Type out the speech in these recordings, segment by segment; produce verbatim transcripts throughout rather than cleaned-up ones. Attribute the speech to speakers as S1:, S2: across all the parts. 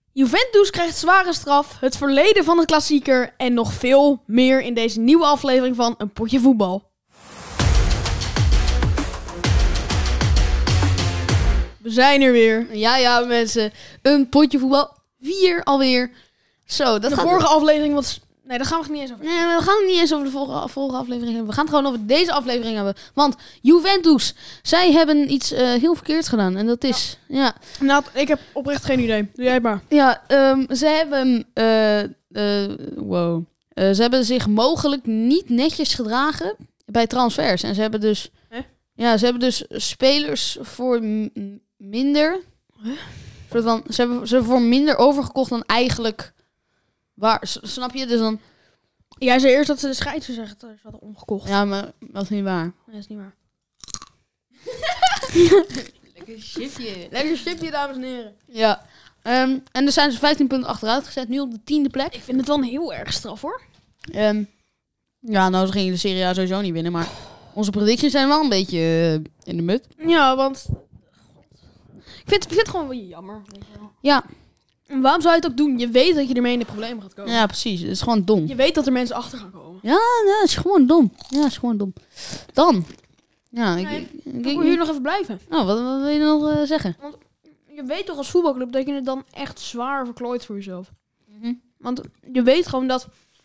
S1: Juventus krijgt zware straf, het verleden van de klassieker en nog veel meer in deze nieuwe aflevering van Een Potje Voetbal. We zijn er weer.
S2: Ja, ja, mensen. Een potje voetbal. Vier alweer. Zo, dat
S1: De
S2: gaat...
S1: vorige aflevering was... Nee, daar gaan we het niet eens over.
S2: Nee, we gaan het niet eens over de volgende, volgende aflevering hebben. We gaan het gewoon over deze aflevering hebben. Want Juventus, zij hebben iets uh, heel verkeerds gedaan. En dat is... Ja, ja,
S1: Nou, ik heb oprecht geen idee. Doe jij het maar.
S2: ja um, ze hebben... Uh, uh, wow. Uh, ze hebben zich mogelijk niet netjes gedragen bij transfers. En ze hebben dus...
S1: Huh?
S2: Ja, ze hebben dus spelers voor m- minder...
S1: Huh?
S2: Soort van, ze hebben ze voor minder overgekocht dan eigenlijk... Waar, s- snap je? Dus dan...
S1: Jij zei eerst dat ze de scheidsrechters hadden omgekocht.
S2: Ja, maar dat is niet waar.
S1: Nee, dat is niet waar.
S2: Lekker chipje.
S1: Lekker chipje, dames en heren.
S2: Ja. Um, en er zijn ze vijftien punten achteruit gezet. Nu op de tiende plek.
S1: Ik vind het wel een heel erg straf, hoor.
S2: Um, ja, nou, ze gingen de Serie A sowieso niet winnen. Maar onze predictions zijn wel een beetje uh, in de mut.
S1: Ja, want... Ik vind, ik vind het gewoon wel jammer. Weet je wel.
S2: Ja.
S1: En waarom zou je het ook doen? Je weet dat je ermee in de problemen gaat komen.
S2: Ja, precies. Het is gewoon dom.
S1: Je weet dat er mensen achter gaan komen.
S2: Ja, ja, het is gewoon dom. Ja, het is gewoon dom. Dan. Ja, ik...
S1: Nee,
S2: ik, ik,
S1: Ik
S2: ik
S1: wil hier nog even blijven.
S2: oh, wat, wat wil je nog uh, zeggen?
S1: Je weet toch als voetbalclub dat je het dan echt zwaar verklooit voor jezelf.
S2: Mm-hmm.
S1: Want je weet gewoon dat...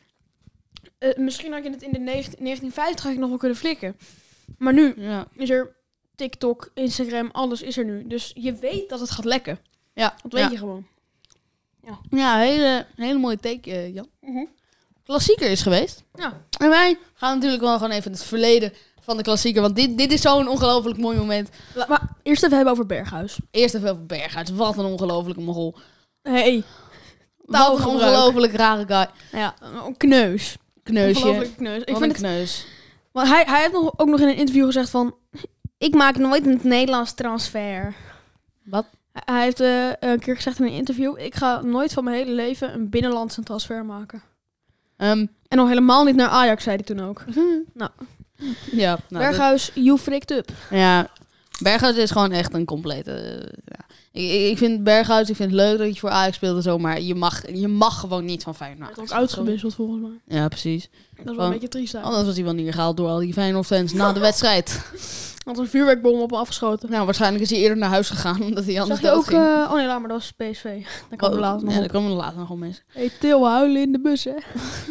S1: Uh, misschien had je het in de negentien vijftig had je nog wel kunnen flikken. Maar nu
S2: Ja.
S1: is er TikTok, Instagram, alles is er nu. Dus je weet dat het gaat lekken.
S2: Ja.
S1: Dat weet
S2: ja.
S1: je gewoon.
S2: Ja, hele, hele mooie take, uh, Jan.
S1: Uh-huh.
S2: Klassieker is geweest.
S1: Ja.
S2: En wij gaan natuurlijk wel gewoon even het verleden van de klassieker. Want dit, dit is zo'n ongelooflijk mooi moment.
S1: La- maar eerst even hebben over Berghuis.
S2: Eerst even over Berghuis. Wat een ongelofelijke mogol.
S1: Hey,
S2: Wat een
S1: Taalgebruik.
S2: ongelooflijk rare guy.
S1: ja, een kneus.
S2: Kneusje.
S1: Ongelooflijke kneus. Ik
S2: Wat
S1: vind
S2: een
S1: het,
S2: kneus.
S1: want hij, hij heeft nog, ook nog in een interview gezegd van... Ik maak nooit een Nederlands transfer.
S2: Wat?
S1: Hij heeft uh, een keer gezegd in een interview... Ik ga nooit van mijn hele leven een binnenlandse transfer maken.
S2: Um,
S1: En nog helemaal niet naar Ajax, zei hij toen ook. Nou,
S2: ja. Nou,
S1: Berghuis, you fricked up.
S2: dat- ja. Berghuis is gewoon echt een complete... uh, ja. ik, ik ik vind Berghuis, ik vind het leuk dat je voor Ajax speelt en zo. Maar je mag, je mag gewoon niet van Feyenoord.
S1: Hij is ook uitgewisseld volgens mij.
S2: Ja, precies.
S1: Dat is wel
S2: Gewoon-
S1: een beetje triest eigenlijk.
S2: Anders was hij wel neergehaald door al die Feyenoord-fans na de wedstrijd.
S1: Had een vuurwerkbom op hem afgeschoten.
S2: Nou, waarschijnlijk is hij eerder naar huis gegaan omdat hij anders
S1: Zag je ook...
S2: dood ging.
S1: Uh, oh nee, laat maar, dat was P S V. Daar komen we later nog
S2: ja,
S1: op.
S2: daar komen we later nog op, mensen.
S1: Hey, Til, huilen in de bus, hè?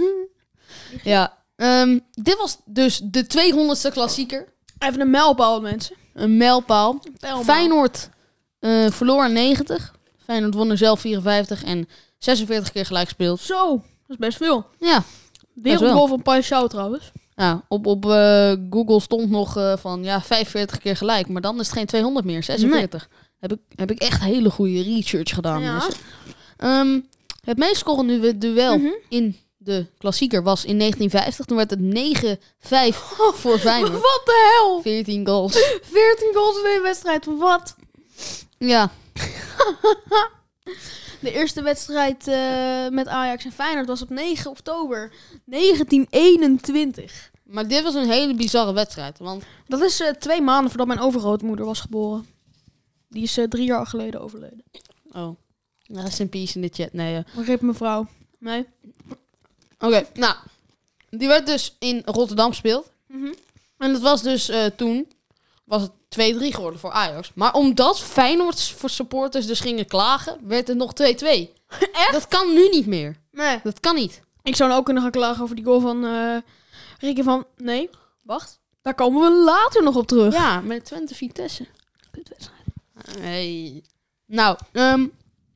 S2: Ja, um, dit was dus de tweehonderdste klassieker.
S1: Even een mijlpaal, mensen.
S2: Een mijlpaal.
S1: Mijlpaal.
S2: Feyenoord uh, verloor negentig. Feyenoord won er zelf vierenvijftig en zesenveertig keer gelijk gespeeld.
S1: Zo, dat is best veel.
S2: Ja,
S1: Wereldgoal van Paixão trouwens.
S2: ja op, op uh, Google stond nog uh, van ja, vijfenveertig keer gelijk. Maar dan is het geen tweehonderd meer, zesenveertig. Heb, ik, heb ik echt hele goede research gedaan.
S1: Ja.
S2: Dus. Um, het meest scorende duel
S1: Mhm.
S2: in de klassieker was in negentien vijftig. Toen werd het negen vijf voor Feyenoord.
S1: Wat de hel?
S2: veertien goals.
S1: veertien goals in één wedstrijd. Wat?
S2: Ja,
S1: De eerste wedstrijd uh, met Ajax en Feyenoord was op negen oktober negentien eenentwintig.
S2: maar dit was een hele bizarre wedstrijd. Want
S1: Dat is uh, twee maanden voordat mijn overgrootmoeder was geboren. Die is uh, drie jaar geleden overleden.
S2: oh, rest in peace in de chat. Nee, uh.
S1: Rip mevrouw. Nee.
S2: Oké, okay, nou. Die werd dus in Rotterdam gespeeld.
S1: Mhm.
S2: En dat was dus uh, toen... was het twee drie geworden voor Ajax. Maar omdat Feyenoord voor supporters dus gingen klagen... werd het nog twee twee.
S1: Echt?
S2: Dat kan nu niet meer.
S1: Nee.
S2: Dat kan niet.
S1: Ik zou nou ook kunnen gaan klagen over die goal van uh, Ricky van... Nee, wacht. Daar komen we later nog op terug.
S2: Ja, met Twente Vitesse.
S1: Kutwedstrijd.
S2: Hey. Nou, um...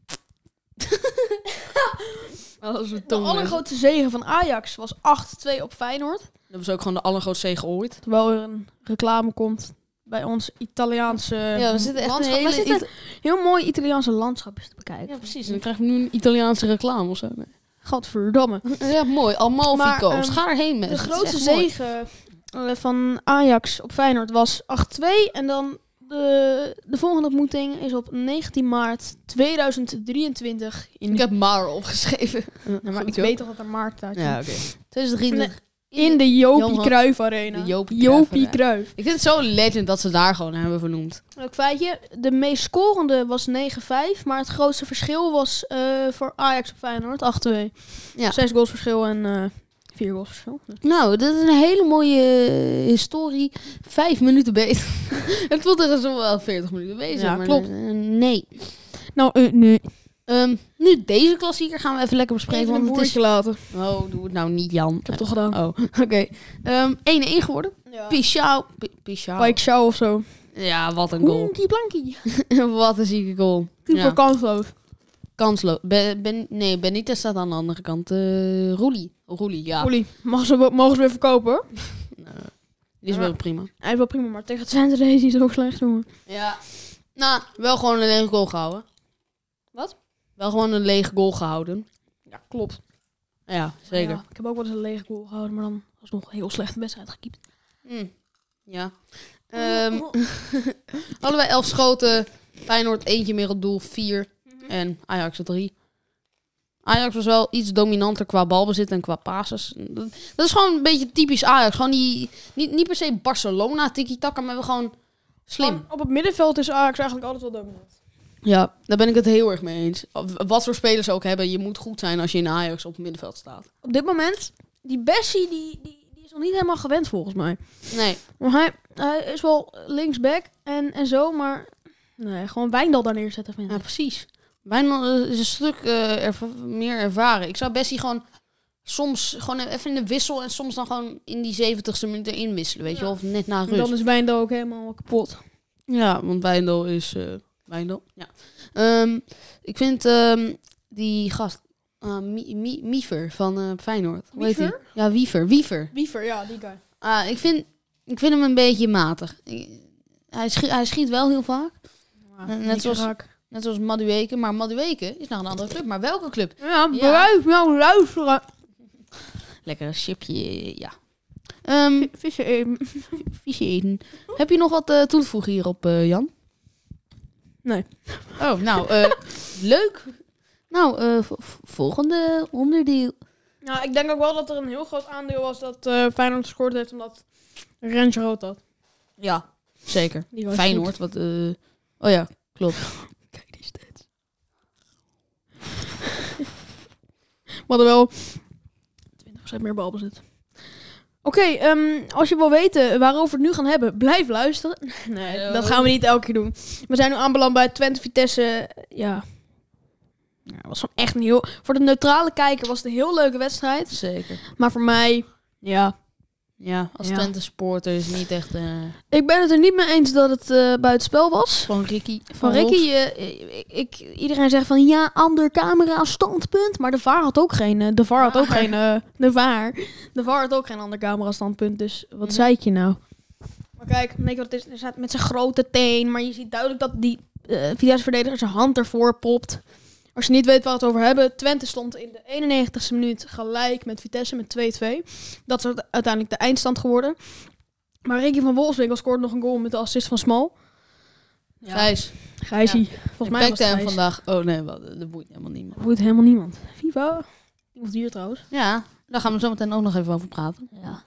S2: dat was een
S1: De
S2: tong.
S1: allergrootste zege van Ajax was acht twee op Feyenoord.
S2: Dat was ook gewoon de allergrootste zege ooit.
S1: Terwijl er een reclame komt bij ons Italiaanse
S2: Ja, we zitten echt
S1: landschap.
S2: een hele...
S1: We zitten
S2: Ita-
S1: heel mooi Italiaanse landschapjes te bekijken.
S2: Ja, precies. En dan krijgen we nu een Italiaanse reclame of zo. Nee.
S1: Gadverdamme.
S2: Ja, mooi. Amalfi-Coast.
S1: Maar, um,
S2: Ga erheen,
S1: De
S2: mensen. Het is
S1: grootste
S2: echt mooi.
S1: zege uh, van Ajax op Feyenoord was acht twee. En dan de, de volgende ontmoeting is op negentien maart tweeduizend drieëntwintig. In
S2: Ik heb maar opgeschreven.
S1: Ja, maar
S2: Goed,
S1: ik
S2: joh.
S1: weet toch dat er maart staat.
S2: Ja, oké. tweeduizend drieëntwintig
S1: In de Jopie
S2: Johan-
S1: Cruijff Arena.
S2: De Jopie
S1: Jopie
S2: Cruijff
S1: Cruijff.
S2: Ik vind het zo legend dat ze daar gewoon hebben vernoemd.
S1: Leuk feitje. De meest scorende was negen vijf. Maar het grootste verschil was uh, voor Ajax op Feyenoord acht twee.
S2: Ja.
S1: Zes goals verschil en uh, vier goals verschil.
S2: Nou, dat is een hele mooie uh, historie. Vijf minuten bezig. Het voelt er zo wel veertig minuten bezig.
S1: Ja,
S2: maar
S1: klopt.
S2: uh, nee.
S1: Nou, uh, nee.
S2: Um, nu deze klassieker gaan we even lekker bespreken.
S1: Even een
S2: want het is...
S1: boertje laten.
S2: Oh, doe het nou niet, Jan.
S1: Ik heb het toch gedaan.
S2: Oh, oké. Okay. Um, één één geworden.
S1: Ja.
S2: Pichau. P- Pichau.
S1: Pike Shaw of zo.
S2: Ja, wat een goal.
S1: Hoenkie Blankie.
S2: Wat een zieke goal.
S1: Super
S2: Ja.
S1: kansloos.
S2: Kansloos. Ben, ben, nee, Benitez staat aan de andere kant. Uh, Roelie. Roelie, ja.
S1: Olie, mogen ze, mogen ze weer verkopen hoor.
S2: Uh, die is
S1: Ja.
S2: wel prima.
S1: Hij is wel prima, maar tegen Twente deed hij zo slecht, jongen.
S2: Ja. Nou, wel gewoon een lege goal gehouden.
S1: Wat?
S2: Wel gewoon een lege goal gehouden.
S1: Ja, klopt.
S2: Ja, zeker.
S1: Ja, ik heb ook wel eens een lege goal gehouden, maar dan was nog een heel slechte wedstrijd gekiept.
S2: Mm. Ja. Um, allebei elf schoten. Feyenoord eentje meer op doel, vier. En Ajax er drie. Ajax was wel iets dominanter qua balbezit en qua passes. Dat, dat is gewoon een beetje typisch Ajax. Gewoon die, niet, niet per se Barcelona tiki-taka, maar we gewoon slim.
S1: Gewoon op het middenveld is Ajax eigenlijk altijd wel dominant.
S2: Ja, daar ben ik het heel erg mee eens. Wat voor spelers ze ook hebben, je moet goed zijn als je in Ajax op het middenveld staat.
S1: Op dit moment, die Bessie, die, die, die is nog niet helemaal gewend volgens mij.
S2: Nee.
S1: Maar hij, hij is wel linksback en, en zo, maar nee, gewoon Wijndal daar neerzetten. Vind ik.
S2: Ja, precies. Wijnald is een stuk uh, erva- meer ervaren. Ik zou Bessie gewoon soms gewoon even in de wissel en soms dan gewoon in die zeventigste minuut erin wisselen, weet je wel, of net na
S1: En
S2: rust.
S1: dan is Wijndal ook helemaal kapot.
S2: Ja, want Wijndal is uh, Wijndal. Ja. Um, ik vind um, die gast uh, Mi- Mi- Miever van uh, Feyenoord. Hoe heet
S1: Wiever?
S2: die? Ja, Wiever. Wiever.
S1: Wiever, ja, die guy.
S2: Uh, ik vind ik vind hem een beetje matig. Ik, hij, schiet, hij schiet wel heel vaak.
S1: Ja,
S2: net
S1: niet
S2: zoals-
S1: raak.
S2: Net zoals Madueke. Maar Madueke is naar een andere club. Maar welke club?
S1: Ja,
S2: Ja.
S1: blijf nou luisteren.
S2: Lekker een chipje, ja. Um,
S1: Visje even.
S2: visje eten. Heb je nog wat uh, toe te voegen hierop, uh, Jan?
S1: Nee.
S2: Oh, nou, uh, leuk. Nou, uh, v- v- volgende onderdeel.
S1: Nou, ik denk ook wel dat er een heel groot aandeel was dat uh, Feyenoord gescoord heeft omdat Rens rood had.
S2: Ja, zeker.
S1: Die was
S2: Feyenoord, wat... Uh, oh ja, klopt.
S1: Kijk die stats. We hadden wel twintig procent meer balbezit. Oké, okay, um, als je wil weten waarover we het nu gaan hebben, blijf luisteren. Nee,
S2: Hallo.
S1: dat gaan we niet elke keer doen. We zijn nu aanbeland bij Twente Vitesse. Ja, ja het was gewoon echt een heel... Voor de neutrale kijker was het een heel leuke wedstrijd.
S2: Zeker.
S1: Maar voor mij, ja...
S2: Ja, als
S1: Ja.
S2: Twente supporter is niet echt... Uh,
S1: Ik ben het er niet mee eens dat het uh, buitenspel was.
S2: van Ricky.
S1: Van Ricky, uh, ik, ik, iedereen zegt van ja, ander camera standpunt. Maar de V A R had ook geen, uh, de V A R had ook
S2: Waar?
S1: geen, uh, de V A R. De V A R had ook geen ander camera standpunt. Dus wat
S2: Mhm.
S1: zei ik je nou? Maar kijk, weet je wat het is? Er staat met zijn grote teen, maar je ziet duidelijk dat die uh, Vitesse-verdediger zijn hand ervoor popt. Als je niet weet waar we het over hebben, Twente stond in de eenennegentigste minuut gelijk met Vitesse met twee twee. Dat is uiteindelijk de eindstand geworden. Maar Ricky van Wolfswinkel scoorde nog een goal met de assist van Smal. Ja.
S2: Gijs.
S1: Gijsie. Volgens mij was
S2: Volgens
S1: het
S2: hem
S1: Gijs.
S2: vandaag... Oh nee, wat, dat boeit helemaal niet meer.
S1: Dat boeit helemaal niemand. Viva. Of dier trouwens.
S2: Ja, daar gaan we zo meteen ook nog even over praten.
S1: Ja.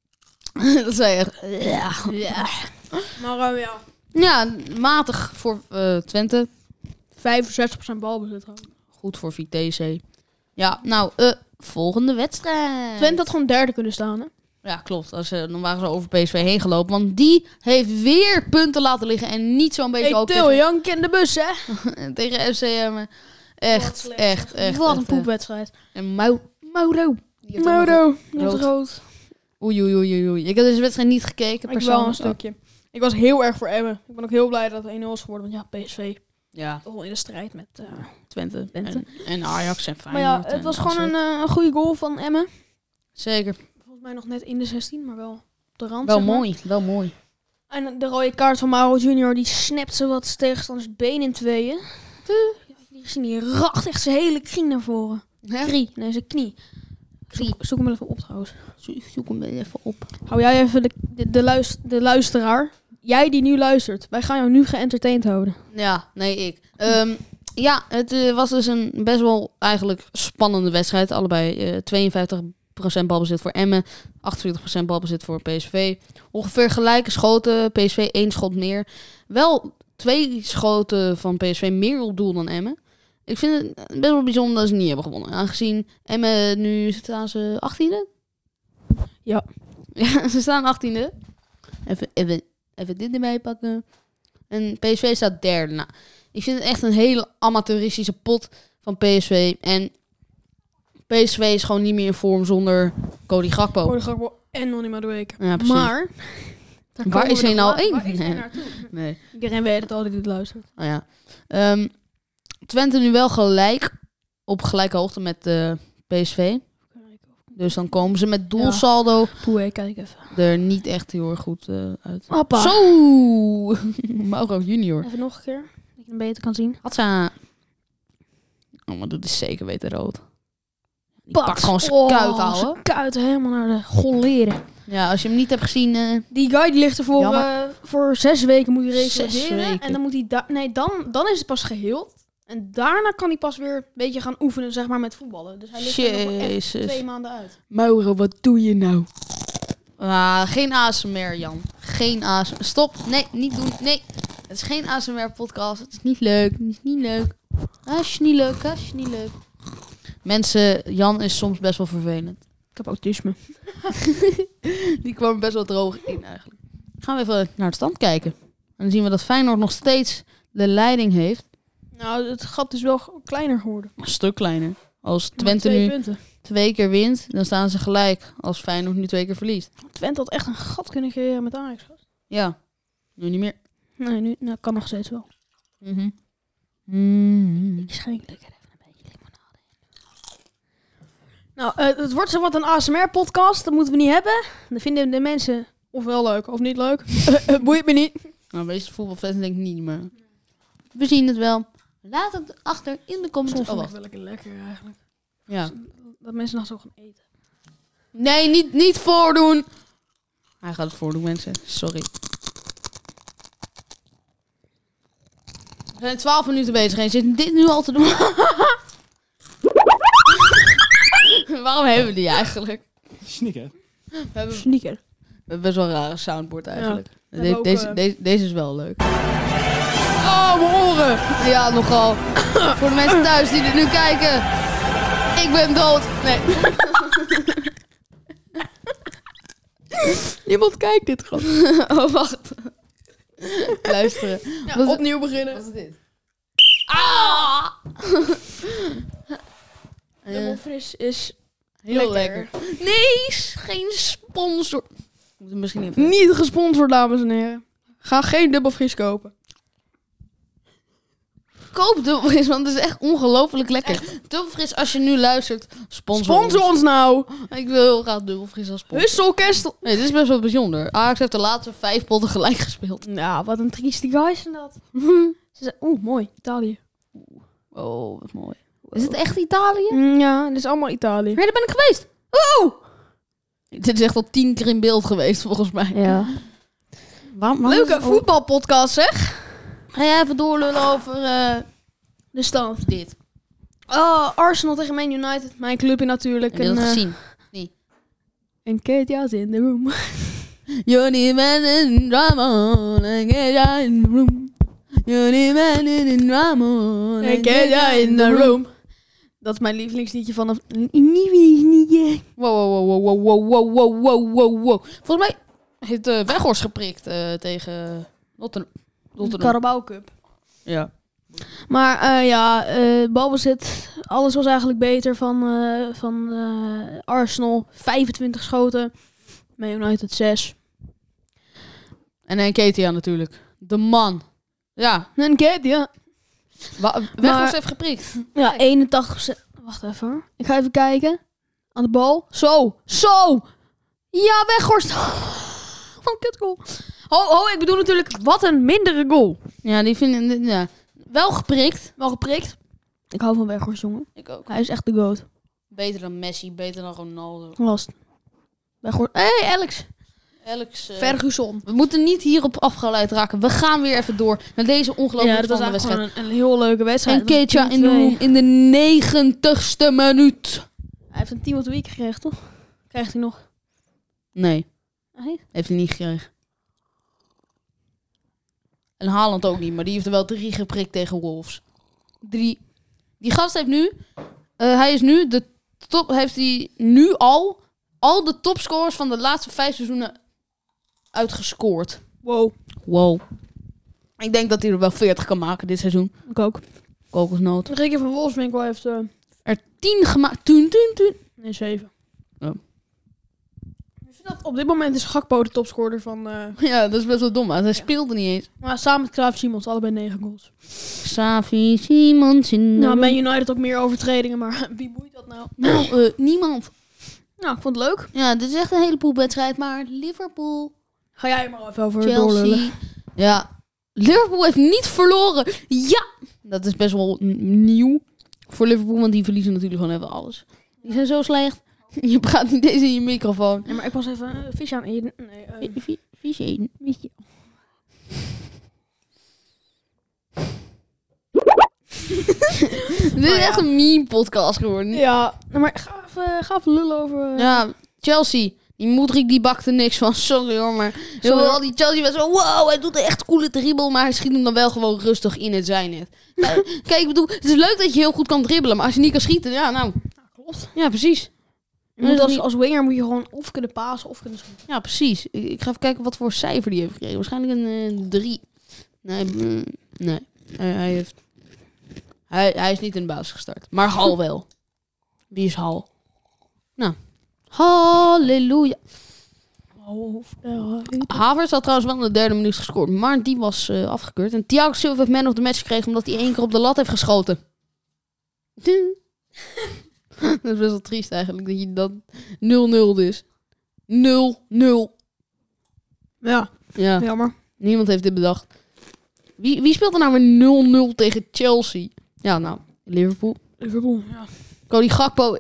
S2: Dat zei je echt... Ja.
S1: Ja. Maar uh, ja.
S2: Ja, matig voor uh, Twente.
S1: vijfenzestig procent balbezit. trouwens.
S2: Goed voor Vitesse. Ja, nou, uh, volgende wedstrijd.
S1: Twente had gewoon derde kunnen staan, hè?
S2: Ja, klopt. Als, uh, dan waren ze over P S V heen gelopen. Want die heeft weer punten laten liggen. En niet zo'n beetje
S1: Hey,
S2: ook
S1: Til,
S2: tegen,
S1: Jank in de bus, hè?
S2: tegen F C M.
S1: Wat
S2: Echt,
S1: slecht,
S2: echt,
S1: zeg.
S2: echt.
S1: Wat een
S2: echt, uh,
S1: poepwedstrijd.
S2: En Mau, Mauro. Die heeft ook nog-
S1: Modo. Die
S2: rood.
S1: heeft rood.
S2: Oei, oei, oei, oei. Ik heb deze wedstrijd niet gekeken.
S1: Ik wel een
S2: persoonlijk.
S1: stukje. Ik was heel erg voor Emmen. Ik ben ook heel blij dat het één nul is geworden. Want ja, P S V
S2: Ja,
S1: toch wel in de strijd met... Uh,
S2: Twente.
S1: Twente.
S2: En, en Ajax en
S1: maar
S2: Feyenoord.
S1: ja, het
S2: en
S1: was
S2: dat
S1: gewoon
S2: soort-
S1: een, uh, een goede goal van Emmen.
S2: Zeker.
S1: Volgens mij nog net in de zestien, maar wel op de rand.
S2: Wel
S1: zeg maar.
S2: mooi, wel mooi.
S1: En de rode kaart van Mauro Junior, die snapt ze wat tegenstanders been in tweeën. Ja, die zien die racht echt zijn hele knie naar voren. Knie, nee, zijn knie.
S2: Knie.
S1: Zoek, zoek hem even op trouwens.
S2: Zo- Zoek hem even op.
S1: Hou jij even de, de, de, luister, de luisteraar. Jij die nu luistert. Wij gaan jou nu geëntertained houden.
S2: Ja, nee, ik. Um, ja, het uh, was dus een best wel eigenlijk spannende wedstrijd. Allebei uh, tweeënvijftig procent balbezit voor Emmen, achtentwintig procent balbezit voor P S V. Ongeveer gelijke schoten, P S V één schot meer. Wel twee schoten van P S V meer op doel dan Emmen. Ik vind het best wel bijzonder dat ze niet hebben gewonnen. Aangezien Emmen nu staan ze achttiende?
S1: Ja.
S2: Ja, ze staan achttiende. Even, even, even dit erbij pakken. En P S V staat derde. Nou, ik vind het echt een hele amateuristische pot van P S V. En P S V is gewoon niet meer in vorm zonder Cody Gakpo.
S1: Cody Gakpo en Nonny Madueke.
S2: Ja, precies.
S1: Maar...
S2: Waar is hij nou één?
S1: Waar is hij
S2: Nee.
S1: naartoe?
S2: Nee.
S1: Iedereen weet het al die dit luistert.
S2: Oh ja. Um, Twente nu wel gelijk. Op gelijke hoogte met uh, P S V. Dus dan komen ze met doelsaldo
S1: Poeh, kijk even.
S2: er niet echt heel erg goed uh, uit.
S1: Hoppa.
S2: Zo! Mauro junior.
S1: Even nog een keer. Dat je hem beter kan zien.
S2: Hatsa. Oh, maar dat is zeker weten rood. Die
S1: Pat.
S2: pakt gewoon zijn
S1: Oh,
S2: kuit, ouwe.
S1: zijn kuit helemaal naar de golleren.
S2: Ja, als je hem niet hebt gezien... Uh,
S1: Die guy die ligt er voor,
S2: Jammer.
S1: uh, voor zes weken moet hij
S2: Zes
S1: revalideren.
S2: weken.
S1: En dan moet hij... Da- nee, dan, dan is het pas geheeld. En daarna kan hij pas weer een beetje gaan oefenen, zeg maar, met voetballen. Dus hij ligt er nog wel echt
S2: Jezus.
S1: twee maanden uit.
S2: Mauro, wat doe je nou? Ah, geen A S M R, Jan. Geen A S M R. Stop. Nee, niet doen. Nee. Het is geen A S M R-podcast. Het is niet leuk. Het is niet leuk. Ah, is niet leuk. Ah, is niet leuk. Mensen, Jan is soms best wel vervelend.
S1: Ik heb autisme.
S2: Die kwam er best wel droog in eigenlijk. Gaan we even naar het stand kijken. En dan zien we dat Feyenoord nog steeds de leiding heeft.
S1: Nou, het gat is wel g- kleiner geworden.
S2: Een stuk kleiner. Als
S1: Maar
S2: Twente
S1: twee
S2: nu
S1: punten.
S2: twee keer wint, dan staan ze gelijk. Als Feyenoord nu twee keer verliest.
S1: Twente had echt een gat kunnen creëren met Ajax.
S2: Ja, nu niet meer.
S1: Nee, nu nou, kan nog steeds wel.
S2: Mhm. Mm.
S1: Ik schenk lekker even een beetje limonade in. Nou, uh, het wordt zo wat een A S M R-podcast. Dat moeten we niet hebben. Dan vinden de mensen ofwel leuk of niet leuk. Het boeit me niet.
S2: Nou, meeste voetbalfans denk ik niet, maar we zien het wel. Laat het achter in de comments.
S1: Soms
S2: Oh,
S1: vind ik
S2: wacht.
S1: wel lekker lekker eigenlijk.
S2: Ja.
S1: Dat mensen nog zo gaan eten.
S2: Nee, niet, niet voordoen. Hij gaat het voordoen, mensen. Sorry. We zijn twaalf minuten bezig en je zit dit nu al te doen. Waarom hebben we die eigenlijk?
S3: Snikker.
S2: We hebben, we
S1: Sneaker.
S2: hebben best wel een rare soundboard eigenlijk.
S1: we
S2: De-
S1: hebben ook,
S2: deze,
S1: eh,
S2: deze, deze is wel leuk.
S1: Oh, mijn oren!
S2: Ja, nogal. Voor de mensen thuis die er nu kijken. Ik ben dood. Nee.
S1: Niemand kijkt dit gewoon.
S2: Oh, wacht. Luisteren.
S1: Ja,
S2: Wat is-
S1: opnieuw beginnen.
S2: Wat is dit? Ah!
S1: Dubbel
S2: Eh,
S1: fris is
S2: heel
S1: lekker.
S2: lekker. Nee, is geen sponsor. Moet er misschien even.
S1: niet gesponsord, dames en heren. Ga geen dubbel fris kopen.
S2: Koop dubbelfris, want het is echt ongelooflijk lekker. Dubbelfris, als je nu luistert, sponsor,
S1: Sponsor ons nou.
S2: ons. Ik wil heel graag dubbelfris als sponsor.
S1: Husselkerst.
S2: Nee, dit is best wel bijzonder. Ajax heeft de laatste vijf potten gelijk gespeeld.
S1: Nou, wat een trieste guys zijn dat. Ze zei, oeh, mooi, Italië.
S2: Oh, wat mooi. Is het echt Italië?
S1: Mm, ja, dit is allemaal Italië.
S2: Nee, daar ben ik geweest.
S1: Oeh!
S2: Dit is echt al tien keer in beeld geweest, volgens mij.
S1: Ja.
S2: Waarom, waarom
S1: Leuke
S2: is-
S1: voetbalpodcast, zeg.
S2: Ga jij even doorlullen over uh,
S1: De stand.
S2: dit?
S1: Oh, Arsenal tegen Man United. Mijn clubje natuurlijk.
S2: Heb je dat
S1: En, eh,
S2: gezien?
S1: en Ketia's in the room.
S2: Johnny man in drama, and Ketia in the room. Johnny man in drama,
S1: En Ketia in the room. Dat is mijn lievelingsliedje vanaf... Lievelingsliedje.
S2: Wow, wow, wow, wow, wow, wow, wow, wow, wow. Volgens mij heeft uh, Weghorst geprikt uh, tegen Rotterdam.
S1: De Carabao Cup.
S2: Ja.
S1: Maar uh, ja, uh, balbezit. Alles was eigenlijk beter van, uh, van uh, Arsenal. vijfentwintig schoten. Man United zes.
S2: En dan Ketia natuurlijk. De man. Ja.
S1: En Ketia.
S2: Wa- Weghorst
S1: Maar-
S2: heeft geprikt.
S1: Ja, eenentachtig procent. Wacht even hoor. Ik ga even kijken. Aan de bal. Zo. Zo. Ja, Weghorst. Wat een kutgoal. Ho, ho, ik bedoel natuurlijk, wat een mindere goal.
S2: Ja, die vinden ja, wel geprikt.
S1: Wel geprikt. Ik hou van Weghorst, jongen.
S2: Ik ook.
S1: Hij is echt de goat.
S2: Beter dan Messi, beter dan Ronaldo.
S1: Last. Weghorst. Hé, hey, Alex.
S2: Alex, uh,
S1: Ferguson.
S2: we moeten niet hierop afgeleid raken. We gaan weer even door naar deze
S1: Ja,
S2: ongelooflijke
S1: dat was
S2: spannende
S1: eigenlijk
S2: wedstrijd.
S1: gewoon een, een heel leuke wedstrijd.
S2: En Ketia in de room in de negentigste minuut.
S1: Hij heeft een team of the week gekregen, toch? Krijgt hij nog?
S2: Nee,
S1: Nee?
S2: heeft hij niet gekregen. En Haaland ook niet, maar die heeft er wel drie geprikt tegen Wolves. Drie. Die gast heeft nu... Uh, hij is nu de top... Heeft hij nu al... Al de topscorers van de laatste vijf seizoenen uitgescoord.
S1: Wow.
S2: Wow. Ik denk dat hij er wel veertig kan maken dit seizoen.
S1: Ik ook.
S2: Kokosnoot.
S1: Ricky van Wolfswinkel heeft... Uh,
S2: Er tien gemaakt. Toen, toen, toen.
S1: nee, zeven.
S2: Oh.
S1: Ik vind dat op dit moment is Gakpo de topscorer van... Uh,
S2: Ja, dat is best wel dom. Hij speelde niet eens.
S1: maar samen met Klaas Simons, allebei negen goals.
S2: Xavi Simons in...
S1: Nou, Man United ook meer overtredingen, maar wie boeit dat nou?
S2: Nou, uh, niemand.
S1: Nou, ik vond het leuk.
S2: Ja, dit is echt een hele poepwedstrijd, maar Liverpool,
S1: Ga jij maar even over doorlullen.
S2: Chelsea. Ja, Liverpool heeft niet verloren. Ja, dat is best wel n- nieuw voor Liverpool, want die verliezen natuurlijk gewoon even alles. Die zijn zo slecht. Je praat niet eens in je microfoon.
S1: Nee, maar ik was even uh, vis aan eten. Nee, uh,
S2: Vi- vi- Vies eten.
S1: Mietje.
S2: Dit is echt een meme-podcast geworden.
S1: Ja, nou, maar ga even, ga even lullen over... Uh,
S2: Ja, Chelsea. Die Modric die bakte niks van. Sorry hoor, maar
S1: Sorry.
S2: heel al die Chelsea was zo... Wow, hij doet een echt coole dribbel, maar hij schiet hem dan wel gewoon rustig in het zijnet. Kijk, kijk, ik bedoel, het is leuk dat je heel goed kan dribbelen, maar als je niet kan schieten, ja, nou...
S1: Ja, klopt.
S2: Ja, precies.
S1: Je moet
S2: Dat is
S1: als,
S2: niet-
S1: als winger moet je gewoon of kunnen pasen of kunnen schieten.
S2: Ja, precies. Ik, ik ga even kijken wat voor cijfer die heeft gekregen. Waarschijnlijk een eh, drie. Nee, mm, nee. Hij, hij heeft... Hij, hij is niet in de basis gestart. Maar Hal wel. Wie is Hal? Nou. Halleluja.
S1: Oh, uh,
S2: Havertz had trouwens wel in de derde minuut gescoord. Maar die was uh, afgekeurd. En Thiago Silva heeft man of the match gekregen omdat hij één keer op de lat heeft geschoten. Dat is best wel triest eigenlijk. Dat je dan nul nul is. nul nul.
S1: ja,
S2: Ja.
S1: jammer.
S2: Niemand heeft dit bedacht. Wie, wie speelt er nou weer nul nul tegen Chelsea? Ja, nou, Liverpool.
S1: Liverpool, ja.
S2: Cody Gakpo.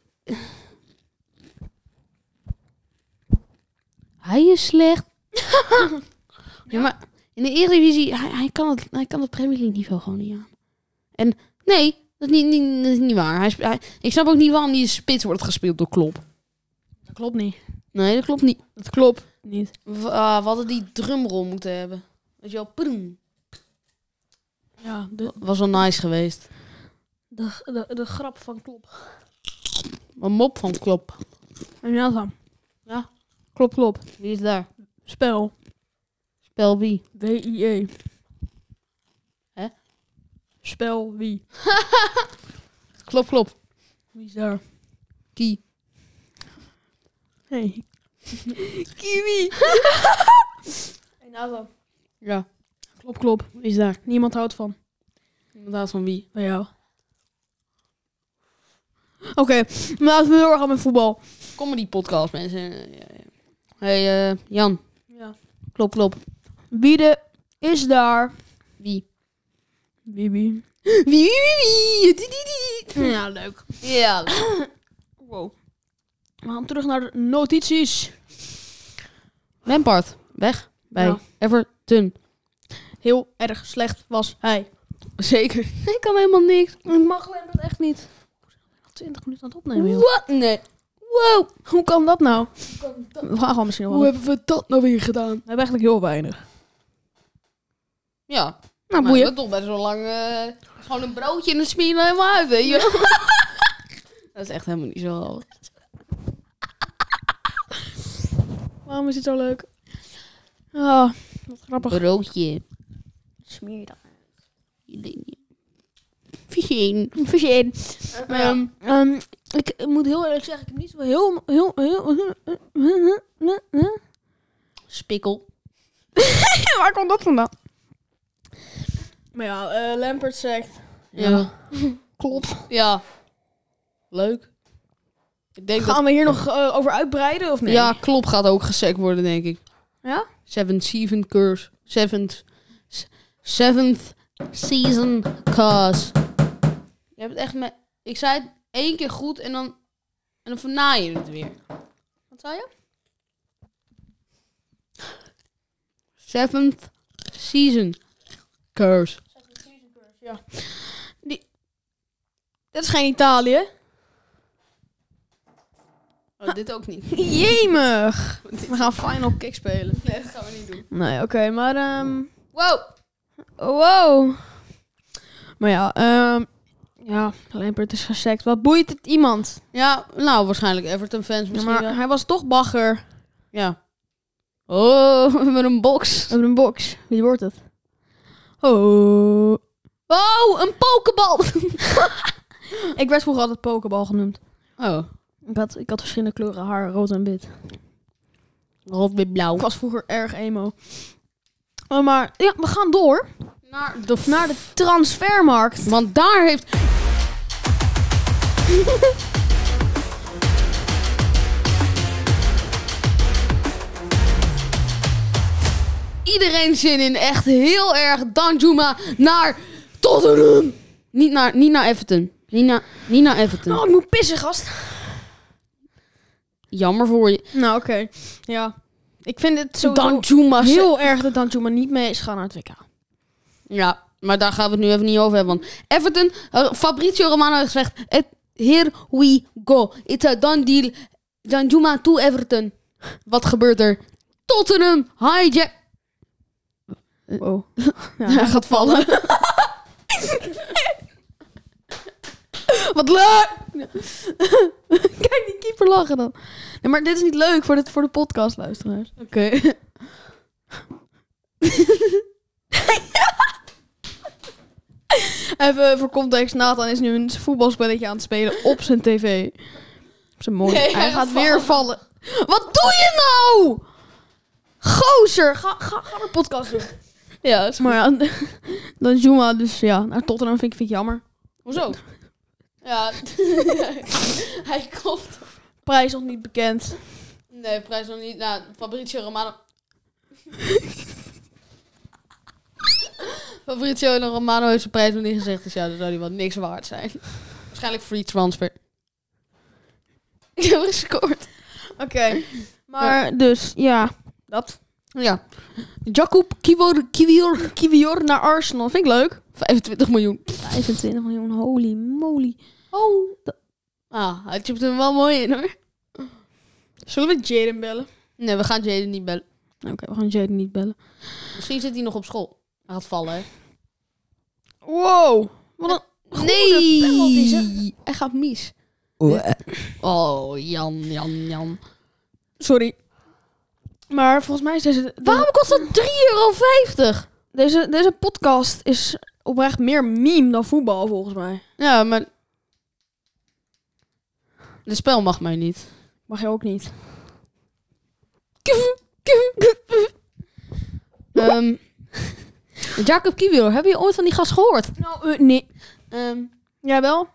S2: Hij is slecht. Ja, maar in de Eredivisie, hij, hij, kan het, hij kan het Premier League niveau gewoon niet aan. En nee, dat is niet, niet, dat is niet waar. Hij, spe- hij, ik snap ook niet waarom die spits wordt gespeeld door Klopp.
S1: Dat klopt niet.
S2: Nee, dat klopt niet.
S1: Dat klopt niet.
S2: We, ah, we hadden die drumrol moeten hebben. Weet je wel, poem.
S1: Ja, de,
S2: Was wel nice geweest.
S1: de, de, de grap van Klop.
S2: Een mop van Klopp.
S1: En ja, dan.
S2: Ja.
S1: Klop, klop.
S2: Wie is daar?
S1: Spel.
S2: Spel wie?
S1: W I E.
S2: Hè?
S1: Spel wie?
S2: Klop, klop.
S1: Wie is daar?
S2: Kie.
S1: Hey. Kiwi. En nou dan.
S2: Ja.
S1: Klop, klop.
S2: Wie is daar?
S1: Niemand houdt van.
S2: Inderdaad van wie?
S1: Bij jou. Oké, okay, maar laten we doorgaan met voetbal.
S2: Comedy podcast, mensen. Ja, ja. Hey, uh, Jan.
S1: Ja.
S2: Klop, klop.
S1: Wie de is daar?
S2: Wie?
S1: Bibi.
S2: Wie, wie, wie, wie?
S1: Ja, leuk.
S2: Ja.
S1: Wow. We gaan terug naar de notities.
S2: Lampard. Weg. Bij
S1: Ja.
S2: Everton.
S1: Heel erg slecht was hij.
S2: Zeker. Ik kan helemaal niks.
S1: Ik mag Lampard echt niet. We zijn al twintig minuten aan het opnemen, joh.
S2: Wat? Nee. Wow.
S1: Hoe kan dat nou? We gaan gewoon misschien nog wel.
S2: hebben we dat nou weer gedaan?
S1: We hebben eigenlijk heel weinig.
S2: Ja.
S1: Nou,
S2: Maar
S1: boeien.
S2: dat is toch best wel lang... Uh, gewoon een broodje en dan smeer je er helemaal uit, weet je. Dat is echt helemaal niet zo handig.
S1: Waarom is het zo leuk? Ah, wat grappig.
S2: Broodje.
S1: Smeer je dat.
S2: Visje.
S1: Visje in.
S2: Maar ja.
S1: Um, um, ik moet heel eerlijk zeggen, ik heb niet zo heel... heel, heel
S2: Spikkel.
S1: Waar komt dat vandaan? Maar ja, uh, Lampard zegt...
S2: Ja.
S1: Klopt.
S2: Ja. Leuk. Ik denk
S1: Gaan we hier nog uh, over uitbreiden of
S2: dat...
S1: nee?
S2: Ja, Klop gaat ook gesekt worden, denk ik.
S1: Ja?
S2: Seventh season curse. Seventh... s- Seventh season curse. Je hebt het echt met... Ik zei het één keer goed en dan... En dan vernaai je het weer.
S1: Wat zei je?
S2: Seventh season curse.
S1: Ja. Die... Dit is geen Italië.
S2: Oh, dit ook niet.
S1: Jemig. We gaan Final Kick spelen.
S2: Nee, dat gaan we niet doen.
S1: Nee, oké, okay, maar... Um...
S2: Wow.
S1: Wow. Maar ja, um... ja, Lampert is gesekt. Wat boeit het iemand?
S2: Ja, nou, waarschijnlijk Everton-fans misschien
S1: ja, maar
S2: wel.
S1: hij was toch bagger.
S2: Ja. Oh, we hebben een box.
S1: We hebben een box. Wie wordt het? Oh.
S2: Oh, een pokebal.
S1: Ik werd vroeger altijd pokebal genoemd.
S2: Oh.
S1: Ik had, ik had verschillende kleuren haar, rood en wit.
S2: Rood, wit, blauw.
S1: Ik was vroeger erg emo. Oh, maar ja, we gaan door
S2: Naar de,
S1: naar de transfermarkt.
S2: Want daar heeft... Iedereen zin in. Echt heel erg. Danjuma naar Tottenham. Niet naar, niet naar Everton. Niet naar, niet naar Everton.
S1: Oh, ik moet pissen, gast.
S2: Jammer voor je.
S1: Nou, oké. Okay. Ja. Ik vind het zo
S2: Danjuma.
S1: heel erg dat Danjuma niet mee is gaan naar het W K.
S2: Ja, maar daar gaan we het nu even niet over hebben. Want Everton, uh, Fabrizio Romano heeft gezegd... It, here we go. It's a done deal. Danjuma to Everton. Wat gebeurt er? Tottenham hijack.
S1: Oh. Ja, hij gaat vallen. Wat leuk! Kijk, die keeper lachen dan. Nee, maar dit is niet leuk voor de, voor de podcastluisteraars.
S2: Oké. Okay.
S1: Even voor context. Nathan is nu een voetbalspelletje aan het spelen op zijn tv. Op zijn mooi.
S2: Nee,
S1: hij, hij gaat
S2: vallen.
S1: weer vallen. Wat doe je nou? Gozer, ga, ga, ga de podcast doen.
S2: Ja, is
S1: maar ja, dan Juma dus ja, naar Tottenham vind ik, vind ik jammer.
S2: Hoezo? Ja, hij komt.
S1: Prijs nog niet bekend.
S2: Nee, prijs nog niet. Nou, Fabrizio Romano. Fabrizio Romano heeft zijn prijs nog niet gezegd, dus ja, dan zou die wel niks waard zijn. Waarschijnlijk free transfer. Ik heb gescoord.
S1: Oké, okay. maar ja. dus ja, dat.
S2: Ja. Jakub Kiwior, Kiwior.
S1: Kiwior naar Arsenal, vind ik leuk.
S2: vijfentwintig miljoen.
S1: vijfentwintig miljoen, holy moly.
S2: Oh. Ah, hij chipt hem wel mooi in, hoor.
S1: Zullen we Jaden bellen?
S2: Nee, we gaan Jaden niet bellen.
S1: Oké, okay, we gaan Jaden niet bellen.
S2: Misschien zit hij nog op school. Hij gaat vallen, hè.
S1: Wow. Wat een goede
S2: nee.
S1: penalty, zeg.
S2: Hij gaat mis.
S1: Oh,
S2: oh Jan, Jan, Jan.
S1: Sorry. Maar volgens mij is deze...
S2: Waarom kost dat drie euro vijftig?
S1: Deze, deze podcast is oprecht meer meme dan voetbal, volgens mij.
S2: Ja, maar... De spel mag mij niet.
S1: Mag je ook niet.
S2: um, Jacob Kiwior, heb je ooit van die gast gehoord?
S1: Nou, uh, nee.
S2: Um,
S1: Jij wel?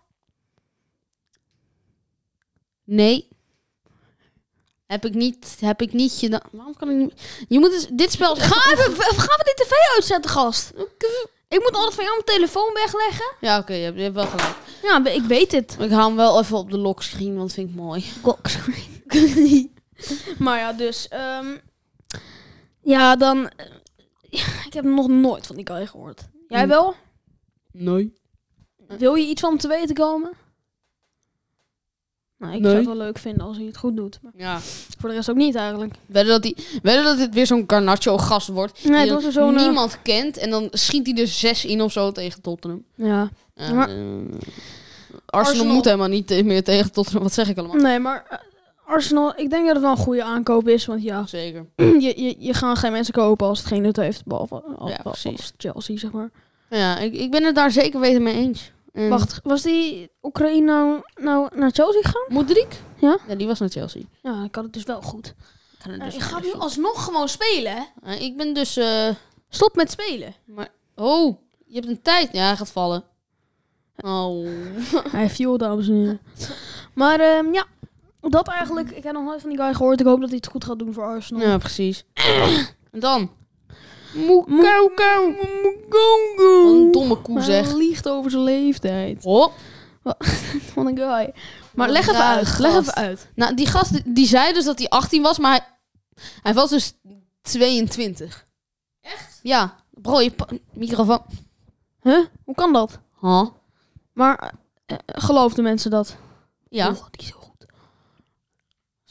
S2: Nee. Heb ik niet, heb ik niet gedaan. Waarom kan ik niet... Je moet dus dit spel...
S1: Ga even, gaan we die tv uitzetten, gast? Ik moet altijd van jou mijn telefoon wegleggen.
S2: Ja, oké, okay, je, je hebt wel gelijk.
S1: Ja, ik weet het.
S2: Ik haal hem wel even op de lockscreen, want dat vind ik mooi.
S1: Lockscreen. Maar ja, dus... Um, ja, dan... Uh, ik heb nog nooit van die guy gehoord. Jij wel?
S2: Nee.
S1: Wil je iets van hem te weten komen? Nou, ik
S2: nee.
S1: zou het wel leuk vinden als hij het goed doet. Maar
S2: ja.
S1: Voor de rest ook niet eigenlijk.
S2: Wedden dat, die, wedden dat dit weer zo'n Garnacho-gast wordt.
S1: Nee,
S2: die
S1: het wordt zo'n,
S2: niemand uh... kent. En dan schiet hij er zes in of zo tegen Tottenham.
S1: Ja.
S2: Uh,
S1: maar,
S2: uh, Arsenal, Arsenal moet helemaal niet te, meer tegen Tottenham. Wat zeg ik allemaal?
S1: Nee, maar uh, Arsenal, ik denk dat het wel een goede aankoop is. Want ja,
S2: zeker.
S1: je, je, je gaat geen mensen kopen als het geen nut heeft. Behalve al,
S2: ja,
S1: al, als Chelsea, zeg maar.
S2: Ja, ik, ik ben het daar zeker weten mee eens. En
S1: wacht, was die Oekraïne nou, nou naar Chelsea gegaan?
S2: Modric?
S1: Ja?
S2: Ja, die was naar Chelsea.
S1: Ja, ik had het dus wel goed.
S2: Dus
S1: uh, je gaat nu alsnog gewoon spelen, hè?
S2: Uh, ik ben dus... Uh,
S1: Stop met spelen.
S2: Maar, oh, je hebt een tijd. Ja, hij gaat vallen. Oh.
S1: Hij viel, dames en heren. Maar um, ja, dat eigenlijk. Ik heb nog nooit van die guy gehoord. Ik hoop dat hij het goed gaat doen voor Arsenal.
S2: Ja, precies. En dan...
S1: Moekauwkauw.
S2: Wat een domme koe, zeg.
S1: Hij liegt over zijn leeftijd.
S2: Oh.
S1: Van een guy. Maar leg even uit. Gast. Leg even uit.
S2: Nou, die gast die, die zei dus dat hij achttien was, maar hij, hij was dus tweeëntwintig. Echt? Ja. Bro, je pa- microfoon.
S1: Huh? Hoe kan dat?
S2: Huh?
S1: Maar uh, geloofden mensen dat?
S2: Ja.
S1: Oh, die is zo goed.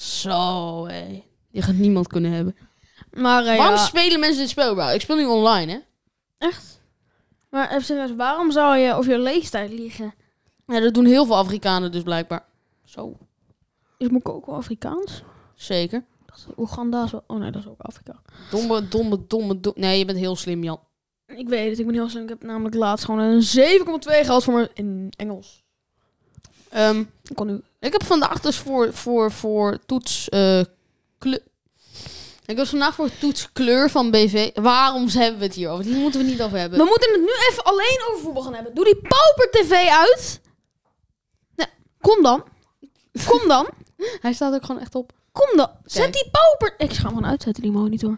S2: Zo, hé. Die gaat niemand kunnen hebben.
S1: Maar uh,
S2: Waarom
S1: ja.
S2: spelen mensen dit spel, bro? Ik speel nu online, hè?
S1: Echt? Maar even serieus, waarom zou je over je leeftijd liegen?
S2: Ja, dat doen heel veel Afrikanen dus blijkbaar. Zo.
S1: Is Mokoko Afrikaans?
S2: Zeker.
S1: Dat is Oeganda is wel... Oh nee, dat is ook Afrika.
S2: Domme, domme, domme, domme... Nee, je bent heel slim, Jan.
S1: Ik weet het, ik ben heel slim. Ik heb namelijk laatst gewoon een zeven komma twee gehaald voor me in Engels.
S2: Um,
S1: Ik kon nu...
S2: ik heb vandaag dus voor, voor, voor toets... Uh, kleur... Ik was vandaag voor toets kleur van B V. Waarom hebben we het hier over? Die moeten we niet over hebben.
S1: We moeten het nu even alleen over voetbal gaan hebben. Doe die pauper tv uit. Nee, kom dan. Kom dan.
S2: Hij staat ook gewoon echt op.
S1: Kom dan. Zet
S2: Kijk.
S1: die pauper... Ik ga hem gewoon uitzetten, die monitor.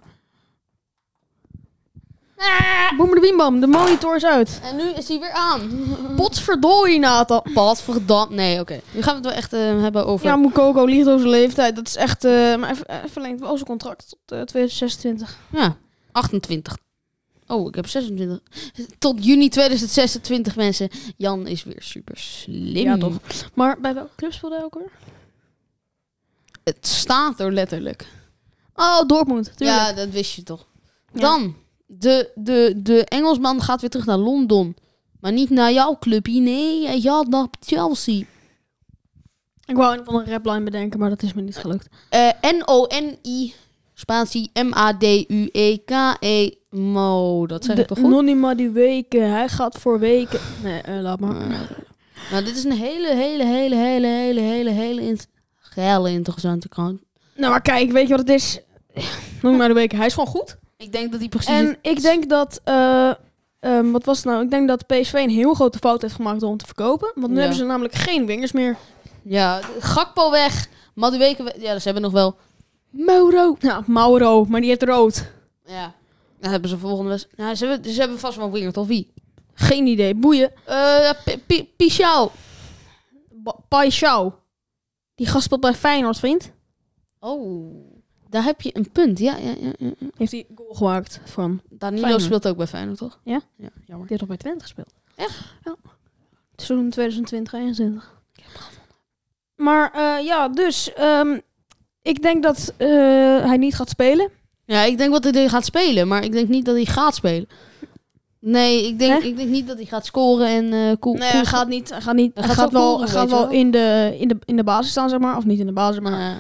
S1: Boemer de biembam, de monitor is uit.
S2: En nu is hij weer aan.
S1: Potsverdorie, Nathan.
S2: Wat verdampt. Nee, oké. Okay. Nu gaan we het wel echt uh, hebben over...
S1: Ja, Mokoko liegt over zijn leeftijd. Dat is echt... Uh, maar hij, hij verlengt wel zijn contract tot uh, tweeduizend zesentwintig.
S2: Ja, achtentwintig. Oh, ik heb zesentwintig. Tot juni tweeduizend zesentwintig, mensen. Jan is weer super slim.
S1: Ja, toch. Maar bij welke club speelde hij ook weer?
S2: Het staat er letterlijk.
S1: Oh, Dortmund. Tuurlijk.
S2: Ja, dat wist je toch.
S1: Ja.
S2: Dan, de, de, de Engelsman gaat weer terug naar Londen. Maar niet naar jouw clubje. Nee, hij gaat naar Chelsea.
S1: Ik wou een van een rapline bedenken, maar dat is me niet gelukt.
S2: Uh, N O N I spatie M A D U E K E Mo. Dat zeg ik toch goed?
S1: Nonima die weken. Hij gaat voor weken. Nee, uh, laat maar.
S2: Uh, nou, dit is een hele, hele, hele, hele, hele, hele, hele, int- hele interessante krant.
S1: Nou, maar kijk, weet je wat het is? Nonima die weken. Hij is gewoon goed.
S2: Ik denk dat hij precies...
S1: En ik denk dat... Uh, um, wat was het nou? Ik denk dat P S V een heel grote fout heeft gemaakt om te verkopen. Want nu
S2: Ja.
S1: hebben ze namelijk geen wingers meer.
S2: Ja, Gakpo weg. Madueke weg. Ja, ze hebben nog wel... Mauro.
S1: Ja, Mauro, maar die heeft rood.
S2: Ja. Dan hebben ze volgende wedstrijd... Ja, ze, hebben, ze hebben vast wel een winger, toch? Wie?
S1: Geen idee. Boeien.
S2: Uh, P- P- Pichau.
S1: Ba- Paixão. Die gast speelt bij Feyenoord, vriend.
S2: Oh, daar heb je een punt. Ja, ja, ja, ja.
S1: Heeft hij goal gemaakt van...
S2: Danilo
S1: Feyenoord.
S2: speelt ook bij Feyenoord, toch?
S1: Ja?
S2: Ja, jammer.
S1: Die heeft nog bij Twente gespeeld.
S2: Echt?
S1: Ja. Seizoen tweeduizend twintig eenentwintig. Maar uh, ja, dus... Um, ik denk dat uh, hij niet gaat spelen.
S2: Ja, ik denk dat hij gaat spelen, maar ik denk niet dat hij gaat spelen. Nee, ik denk,
S1: Hè?
S2: ik denk niet dat hij gaat scoren en uh, cool.
S1: Nee, hij gaat niet. Hij gaat, niet,
S2: Hij
S1: hij
S2: gaat
S1: gaat
S2: zo
S1: wel,
S2: cool
S1: hij
S2: doen,
S1: gaat
S2: weet je
S1: wel
S2: wel.
S1: in de, in, de, in de basis staan, zeg maar. Of niet in de basis, maar...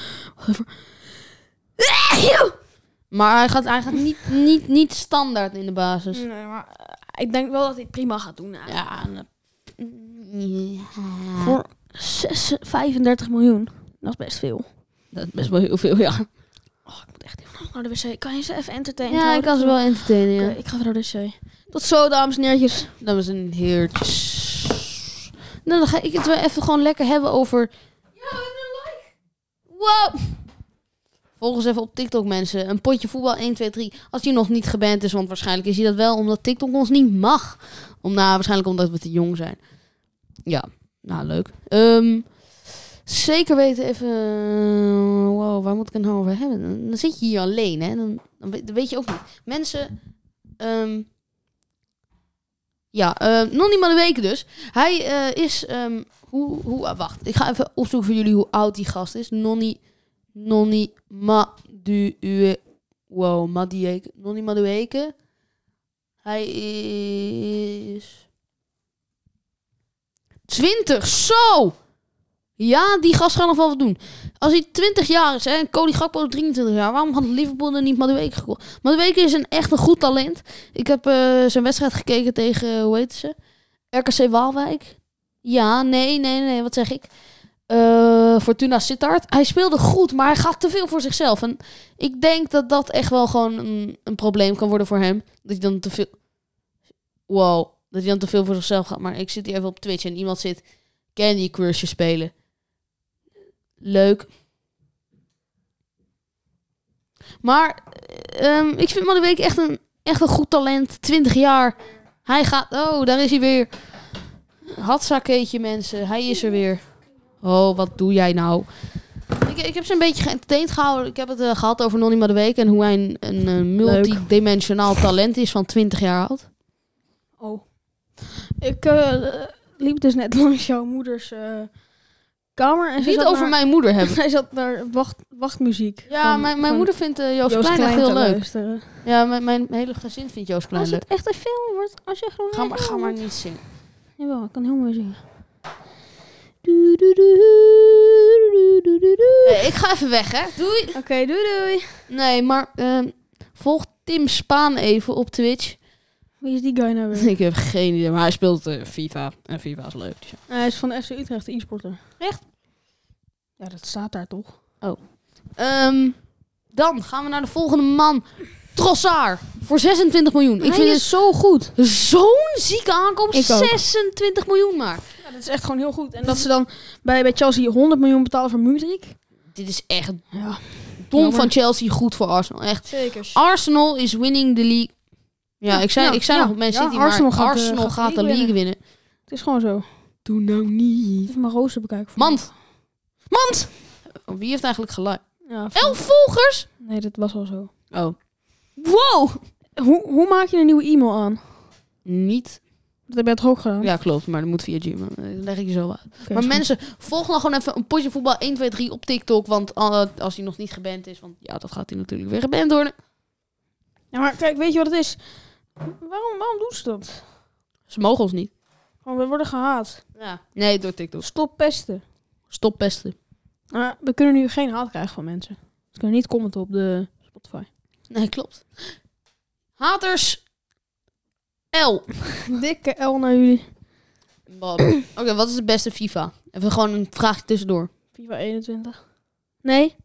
S2: Uh, maar hij gaat, hij gaat niet, niet, niet standaard in de basis.
S1: Nee, maar uh, ik denk wel dat hij het prima gaat doen. Eigenlijk.
S2: Ja, en, uh, ja.
S1: Voor zes, vijfendertig miljoen. Dat is best veel.
S2: Dat is best wel heel veel, ja.
S1: Oh, ik moet echt even naar de wc. Kan je ze even entertainen?
S2: Ja, ik kan ze wel entertainen, ja.
S1: Okay, ik ga even naar de wc. Tot zo, dames en heertjes.
S2: Dames en heertjes. Nou, dan ga ik het wel even gewoon lekker hebben over... Ja, we hebben een like. Wow. Volg ons even op TikTok, mensen. Een potje voetbal één, twee, drie. Als je nog niet geband is, want waarschijnlijk is hij dat wel omdat TikTok ons niet mag. Om, nou, waarschijnlijk omdat we te jong zijn. Ja, nou, leuk. Um, zeker weten even... Wow, waar moet ik het nou over hebben? Dan, dan zit je hier alleen, hè. Dan, dan, weet, dan weet je ook niet. Mensen... Um, Ja, uh, nog niet maar de weken dus. Hij uh, is, um, hoe, hoe, uh, wacht, ik ga even opzoeken voor jullie hoe oud die gast is. Nonnie, Nonnie Madueke, wow, Madueke, Nonnie Madueke. Hij is twintig, zo! Ja, die gast gaat nog wel wat doen. Als hij twintig jaar is, hè, en Cody Gakpo is drieëntwintig jaar, waarom had Liverpool dan niet Madueke gekocht? Madueke is een echt een goed talent. Ik heb uh, zijn wedstrijd gekeken tegen, uh, hoe heet ze? R K C Waalwijk. Ja, nee, nee, nee, wat zeg ik? Uh, Fortuna Sittard. Hij speelde goed, maar hij gaat te veel voor zichzelf. En ik denk dat dat echt wel gewoon een, een probleem kan worden voor hem. Dat hij dan te veel... Wow, dat hij dan te veel voor zichzelf gaat. Maar ik zit hier even op Twitch en iemand zit Candy Crush spelen. Leuk. Maar um, ik vind Madueke echt een, echt een goed talent. twintig jaar. Hij gaat... Oh, daar is hij weer. Hatsakeetje, mensen. Hij is er weer. Oh, wat doe jij nou? Ik, ik heb ze een beetje geëntertained gehouden. Ik heb het uh, gehad over Nonnie Madueke en hoe hij een, een, een multidimensionaal talent is van twintig jaar oud.
S1: Oh. Ik uh, liep dus net langs jouw moeders uh, kamer en ze
S2: Niet
S1: zat
S2: over
S1: naar,
S2: mijn moeder hebben.
S1: Hij zat naar wacht, wachtmuziek.
S2: Ja,
S1: van-
S2: mijn, mijn
S1: van
S2: moeder vindt uh, Joost,
S1: Joost
S2: Klein echt
S1: Klein
S2: heel
S1: te
S2: leuk.
S1: luisteren.
S2: Ja, mijn, mijn hele gezin vindt Joost Klein
S1: Als
S2: leuk.
S1: het echt een film wordt, als je gewoon...
S2: Ga maar,
S1: echt
S2: ga
S1: wel
S2: maar
S1: wordt-
S2: niet zingen.
S1: Jawel, ik kan heel mooi zingen. Doe, doe, doe, doe, doe, doe, doe.
S2: Hey, ik ga even weg, hè. Doei.
S1: Oké, doei doei.
S2: Nee, maar ehm, volg Tim Spaan even op Twitch.
S1: Wie is die guy nou weer?
S2: Ik heb geen idee, maar hij speelt uh, FIFA. En FIFA is leuk. Dus ja.
S1: Hij is van de F C Utrecht, de e-sporter.
S2: Echt?
S1: Ja, dat staat daar toch?
S2: Ehm, dan gaan we naar de volgende man. Trossard. Voor zesentwintig miljoen. Ik
S1: Hij
S2: vind
S1: is zo goed.
S2: het zo'n zieke aankoop.
S1: Ik ook.
S2: zesentwintig miljoen maar.
S1: Ja, dat is echt gewoon heel goed. En dat ze dan bij, bij Chelsea honderd miljoen betalen voor Mudryk.
S2: Dit is echt
S1: Ja,
S2: dom
S1: jammer.
S2: van Chelsea. Goed voor Arsenal. Echt.
S1: zeker.
S2: Arsenal is winning the league. Ja, ik zei,
S1: Ja,
S2: ik zei
S1: ja,
S2: nog Man
S1: ja,
S2: City,
S1: Arsenal
S2: maar
S1: gaat, eh,
S2: Arsenal
S1: gaat
S2: gaat,
S1: de
S2: de
S1: league
S2: league winnen.
S1: Het is gewoon zo.
S2: Doe nou niet.
S1: Even mijn rooster bekijken. voor
S2: Mand.
S1: Mand!
S2: Wie heeft eigenlijk gelijk?
S1: me. Ja, van-
S2: Elf volgers?
S1: Nee, dat was al zo.
S2: Oh. Wow.
S1: Hoe, hoe maak je een nieuwe e-mail aan?
S2: Niet.
S1: Dat heb jij toch ook gedaan?
S2: Ja, klopt. Maar dat moet via Gmail. Dat leg ik je zo uit.
S1: Oké,
S2: Maar
S1: is goed.
S2: mensen, volg dan gewoon even een potje voetbal één twee drie op TikTok. Want uh, als hij nog niet geband is, want ja, dat gaat hij natuurlijk weer geband worden.
S1: Ja, maar kijk, weet je wat het is? Waarom, waarom doen ze dat?
S2: Ze mogen ons niet.
S1: Gewoon, we worden gehaat.
S2: Ja. Nee, door TikTok.
S1: Stop pesten.
S2: Stop pesten.
S1: Maar we kunnen nu geen haat krijgen van mensen. Ze kunnen niet commenten op de Spotify.
S2: Nee, klopt. Haters. L.
S1: Dikke L naar jullie.
S2: Bob. Oké, wat is de beste FIFA? Even gewoon een vraagje tussendoor.
S1: FIFA eenentwintig. Nee.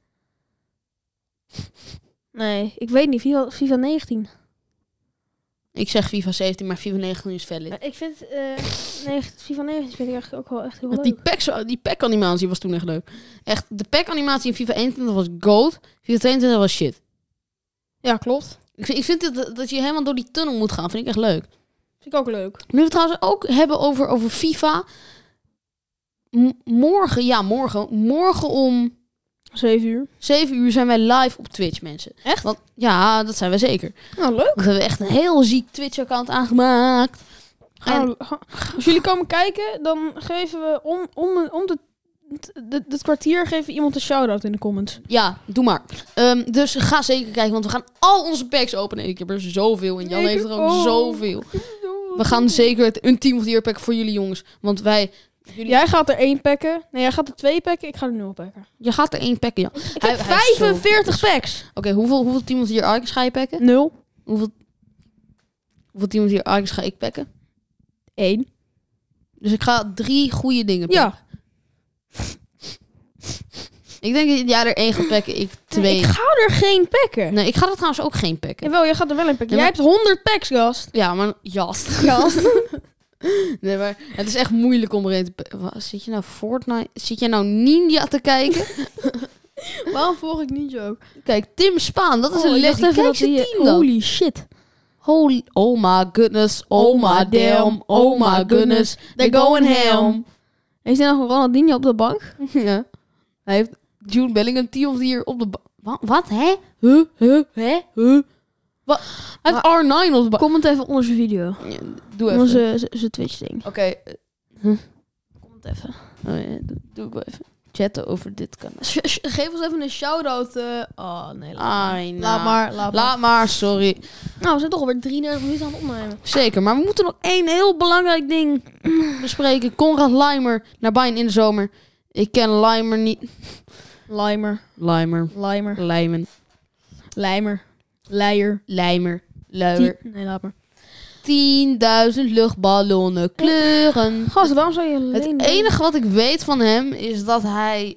S1: Nee, ik weet niet. FIFA, FIFA negentien.
S2: Ik zeg FIFA zeventien, maar FIFA negentien is valid.
S1: Maar ik vind eh negentien, FIFA negentien vind ik eigenlijk ook wel echt heel
S2: Want
S1: leuk.
S2: die pack, zo- die pack animatie was toen echt leuk. Echt, de pack animatie in FIFA eenentwintig was gold. FIFA tweeëntwintig was shit.
S1: Ja, klopt.
S2: Ik vind, ik vind dat, dat je helemaal door die tunnel moet gaan. Vind ik echt leuk.
S1: Vind ik ook leuk.
S2: Nu we het trouwens ook hebben over, over FIFA. M- morgen, ja morgen. Morgen om
S1: zeven uur.
S2: zeven uur zijn wij live op Twitch, mensen.
S1: Echt?
S2: Want, ja, dat zijn we zeker.
S1: Nou, leuk.
S2: We hebben echt een heel ziek Twitch-account aangemaakt.
S1: Gaan we- ga- als jullie komen kijken, dan geven we om, om, om de, de, het kwartier geven we iemand een shout-out in de comments.
S2: Ja, doe maar. Ehm, dus ga zeker kijken, want we gaan al onze packs openen. Ik heb er zoveel en Jan
S1: Ik
S2: heeft er ook
S1: ook.
S2: zoveel. We gaan zeker het Ultime of the Year pack voor jullie jongens. Want wij... Jullie,
S1: Jij gaat er één packen. Nee, jij gaat er twee packen. Ik ga er nul packen.
S2: Je gaat er één packen, ja.
S1: Ik
S2: Hij-
S1: heb
S2: hij is zo
S1: vijfenveertig packs.
S2: Oké, hoeveel, hoeveel Team of the Year icons ga je packen?
S1: Nul.
S2: Hoeveel, hoeveel Team of the Year icons ga ik packen?
S1: Eén.
S2: Dus ik ga drie goede dingen packen.
S1: Ja.
S2: Ik denk dat jij er één gaat packen, ik twee.
S1: Nee, ik ga er geen packen.
S2: Nee, ik ga er trouwens ook geen packen.
S1: Jawel, jij gaat er wel een packen.
S2: Ja,
S1: Jij
S2: maar-
S1: hebt honderd packs, gast.
S2: Ja, maar jast.
S1: Gast.
S2: Nee, maar het is echt moeilijk om er een te packen. Wa- Zit je nou Fortnite? Zit je nou Ninja te kijken?
S1: Waarom volg ik niet zo?
S2: Kijk, Tim Spaan, dat is een
S1: ik dacht
S2: legend.
S1: even
S2: Kijk
S1: dat
S2: zijn
S1: die-
S2: team dan.
S1: Holy shit.
S2: Holy, oh my goodness, oh my damn, oh my goodness, they're going ham.
S1: Heeft hij nog Ronaldinho op de bank?
S2: Ja. Hij heeft Jude Bellingham Team of the Year op de bank. Wat? Wat? Hè? Huh? Huh? Hè? Huh? Wat? Hij heeft R nine op de bank.
S1: Comment even onder zijn video.
S2: Ja, doe even.
S1: Onder zijn- zijn Twitch ding.
S2: Oké. eh,
S1: Comment even.
S2: Oh ja, doe, doe ik wel even. Chatten over dit kanaal.
S1: Sh- sh- Geef ons even een shout-out. eh. Oh, nee. Laat maar.
S2: Ai, nou.
S1: Laat maar. Laat maar.
S2: Laat maar, sorry.
S1: Nou, we zijn toch alweer drieëndertig minuten aan het opnemen.
S2: Zeker, maar we moeten nog één heel belangrijk ding bespreken. Konrad Leimer naar Bayern in de zomer. Ik ken Leimer niet.
S1: Limer.
S2: Leimer.
S1: Limer.
S2: Leimen.
S1: Lijmer. Leier.
S2: Leimer. Luier.
S1: Tien- Nee, laat maar.
S2: tienduizend luchtballonnen kleuren.
S1: Gast, waarom zou je
S2: Het
S1: alleen...
S2: enige wat ik weet van hem is dat hij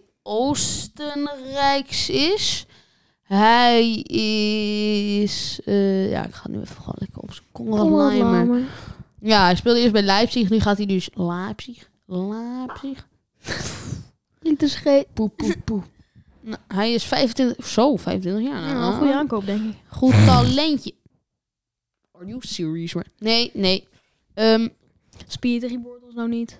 S2: Oostenrijks is. Hij is... eh, ja, ik ga nu even gewoon lekker op zijn Konrad
S1: Konrad
S2: Leimer.
S1: Laimer.
S2: Ja, hij speelde eerst bij Leipzig. Nu gaat hij dus Leipzig. Leipzig.
S1: Liter scheet.
S2: Poe, poe, poe. Nou, hij is vijfentwintig... Zo, vijfentwintig jaar. Nou,
S1: Ja, een goede aankoop, denk ik.
S2: Goed talentje. Are you serious? man? Nee, nee. Ehm,
S1: Speed reboard ons nou niet.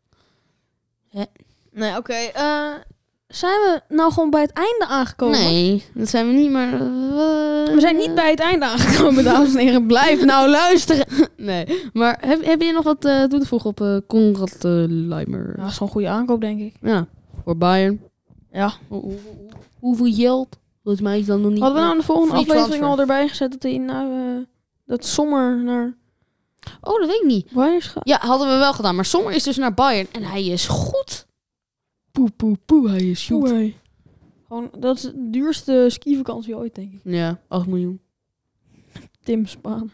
S2: Hè?
S1: Nee, oké. eh, zijn we nou gewoon bij het einde aangekomen?
S2: nee, dat zijn we niet, maar... eh,
S1: We zijn niet bij het einde aangekomen, dames en heren. Blijf nou luisteren.
S2: Nee, maar heb, heb je nog wat uh, toe te voegen op uh, Konrad uh, Leimer?
S1: Ja, dat is gewoon een goede aankoop, denk ik.
S2: Ja. Voor Bayern.
S1: Ja.
S2: Hoe, hoe, hoe, hoeveel geld? Volgens mij is dat nog niet...
S1: Hadden we nou in de volgende
S2: Free
S1: aflevering
S2: transfer.
S1: al erbij gezet dat hij nou, uh, dat Sommer naar
S2: Oh, dat weet ik niet.
S1: Bayern is gaat?
S2: Ja, hadden we wel gedaan. Maar Sommer is dus naar Bayern. En hij is goed. Poe, poe, poe. Hij is goed.
S1: Oei. Gewoon, dat is de duurste skivakantie ooit, denk ik.
S2: Ja, acht miljoen.
S1: Tim Spaan.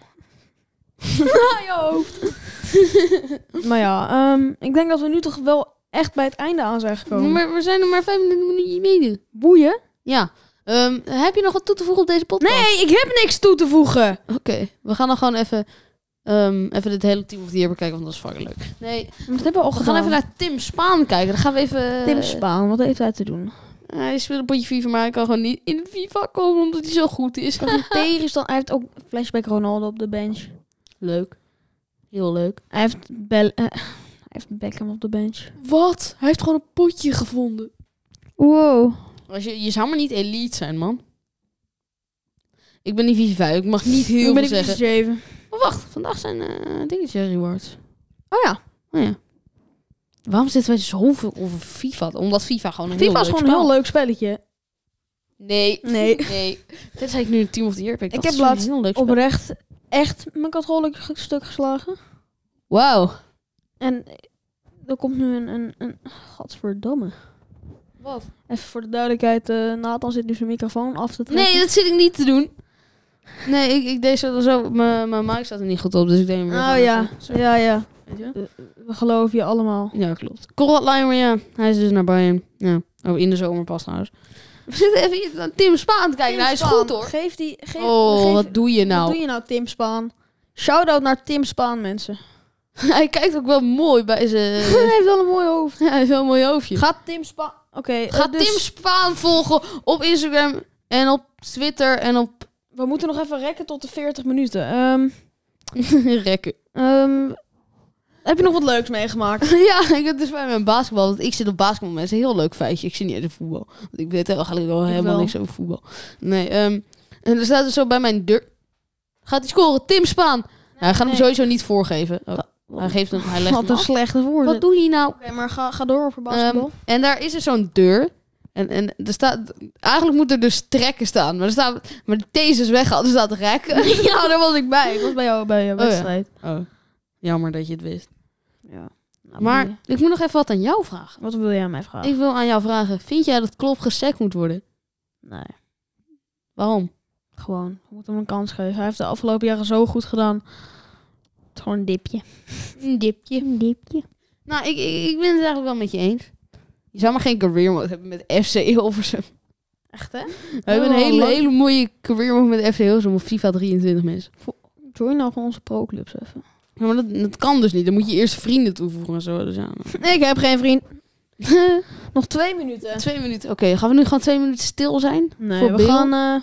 S1: je hoofd. Maar ja, um, ik denk dat we nu toch wel echt bij het einde aan zijn gekomen.
S2: Maar we zijn er maar vijfentwintig minuten meedoen.
S1: Boeien?
S2: Ja. Um, heb je nog wat toe te voegen op deze podcast?
S1: Nee, ik heb niks toe te voegen.
S2: Oké, okay. We gaan dan gewoon even, um, even dit hele Team of the Year bekijken, want dat is fucking leuk. Nee,
S1: dat hebben we al
S2: we
S1: gedaan.
S2: gaan even naar Tim Spaan kijken. Dan gaan we even...
S1: Tim Spaan, wat heeft hij te doen?
S2: Hij speelt een potje FIFA, maar hij kan gewoon niet in FIFA komen omdat hij zo goed is.
S1: Tegenstand, hij heeft ook flashback Ronaldo op de bench.
S2: Leuk. Heel leuk.
S1: Hij heeft, Bel uh, hij heeft Beckham op de bench.
S2: Wat? Hij heeft gewoon een potje gevonden.
S1: Wow.
S2: Als je, je zou maar niet elite zijn, man. Ik ben niet FIFA vijf, ik mag niet heel
S1: ik ben
S2: veel zeggen.
S1: zeven.
S2: Maar wacht, vandaag zijn uh, dingetjes rewards.
S1: Oh ja.
S2: Oh ja. Waarom zitten wij zoveel over FIFA? Omdat FIFA gewoon een
S1: FIFA
S2: heel
S1: is
S2: leuk
S1: gewoon een
S2: spel.
S1: heel leuk spelletje.
S2: Nee.
S1: Nee.
S2: Nee. Dit zei ik nu een Team of the Year pick.
S1: Ik
S2: Dat
S1: heb
S2: is een
S1: laatst
S2: heel leuk spel.
S1: oprecht echt mijn controle stuk geslagen.
S2: Wauw.
S1: En er komt nu een... een, een godverdomme.
S2: Wat?
S1: Even voor de duidelijkheid. Uh, Nathan zit nu zijn microfoon af te trekken.
S2: Nee, dat zit ik niet te doen. Nee, ik, ik deed zo... zo mijn mijn mic staat er niet goed op, dus ik deed hem weer
S1: Oh
S2: gewoon
S1: ja.
S2: even zo.
S1: Ja, ja.
S2: Weet je?
S1: Uh, we geloven je allemaal.
S2: Ja, klopt. Conrad Laimer, ja. Hij is dus naar Bayern. Ja. Oh, in de zomer pas trouwens. We zitten even hier naar Tim Spaan te kijken.
S1: Tim
S2: Hij is
S1: Spaan.
S2: goed, hoor.
S1: Geef die... Geef,
S2: Oh,
S1: geef,
S2: wat doe je nou?
S1: Wat doe je nou, Tim Spaan? Shout-out naar Tim Spaan, mensen.
S2: Hij kijkt ook wel mooi bij zijn...
S1: Hij heeft wel een mooi hoofd.
S2: Ja, hij heeft wel een mooi hoofdje.
S1: Gaat Tim Spaan... Oké, okay,
S2: Ga
S1: uh, dus
S2: Tim Spaan volgen op Instagram en op Twitter en op...
S1: we moeten nog even rekken tot de veertig minuten. Um,
S2: Rekken.
S1: um, heb je nog wat leuks meegemaakt?
S2: Ja, ik heb dus bij mijn basketbal. Want ik zit op basketbal mensen. Heel leuk feitje. Ik zie niet uit de voetbal. Want ik weet eigenlijk wel helemaal
S1: wel.
S2: niks over voetbal. Nee, um, en er staat dus zo bij mijn deur. Gaat hij scoren? Tim Spaan. Nee, hij gaat hem
S1: nee.
S2: sowieso niet voorgeven. Oh, hij geeft hem, hij legt
S1: Wat
S2: hem
S1: een
S2: af.
S1: slechte woorden.
S2: Wat doe je nou?
S1: Oké, okay, maar ga, ga door over basketbal.
S2: Um, en daar is er zo'n deur. En, en er staat... Eigenlijk moet er dus trekken staan. Maar er staat... Maar deze is weggehaald. Er staat rekken.
S1: Ja, daar was ik bij. Ik was bij jou bij jouw
S2: Oh, ja.
S1: wedstrijd.
S2: Oh, jammer dat je het wist.
S1: Ja. Nou,
S2: Maar
S1: boeien.
S2: ik moet nog even wat aan jou vragen.
S1: Wat wil jij aan mij vragen?
S2: Ik wil aan jou vragen. Vind jij dat Klopp gesekt moet worden?
S1: Nee,
S2: Waarom?
S1: gewoon. We moeten hem een kans geven. Hij heeft de afgelopen jaren zo goed gedaan. Het is gewoon een dipje.
S2: Een dipje.
S1: Een dipje.
S2: Nou, ik, ik, ik ben het eigenlijk wel met je eens. Je zou maar geen career mode hebben met F C Hilversum.
S1: Echt, hè?
S2: We hebben een
S1: Oh,
S2: hele,
S1: leuk.
S2: hele mooie career mode met F C Hilversum op FIFA drieëntwintig mensen.
S1: Join nou van onze pro-clubs even.
S2: Ja, maar dat, dat kan dus niet. Dan moet je eerst vrienden toevoegen en zo. Dus ja.
S1: Ik heb geen vriend. Nog twee minuten.
S2: Twee minuten. Oké, okay, gaan we nu gewoon twee minuten stil zijn?
S1: Nee,
S2: Voor
S1: we
S2: beeld?
S1: gaan... Uh...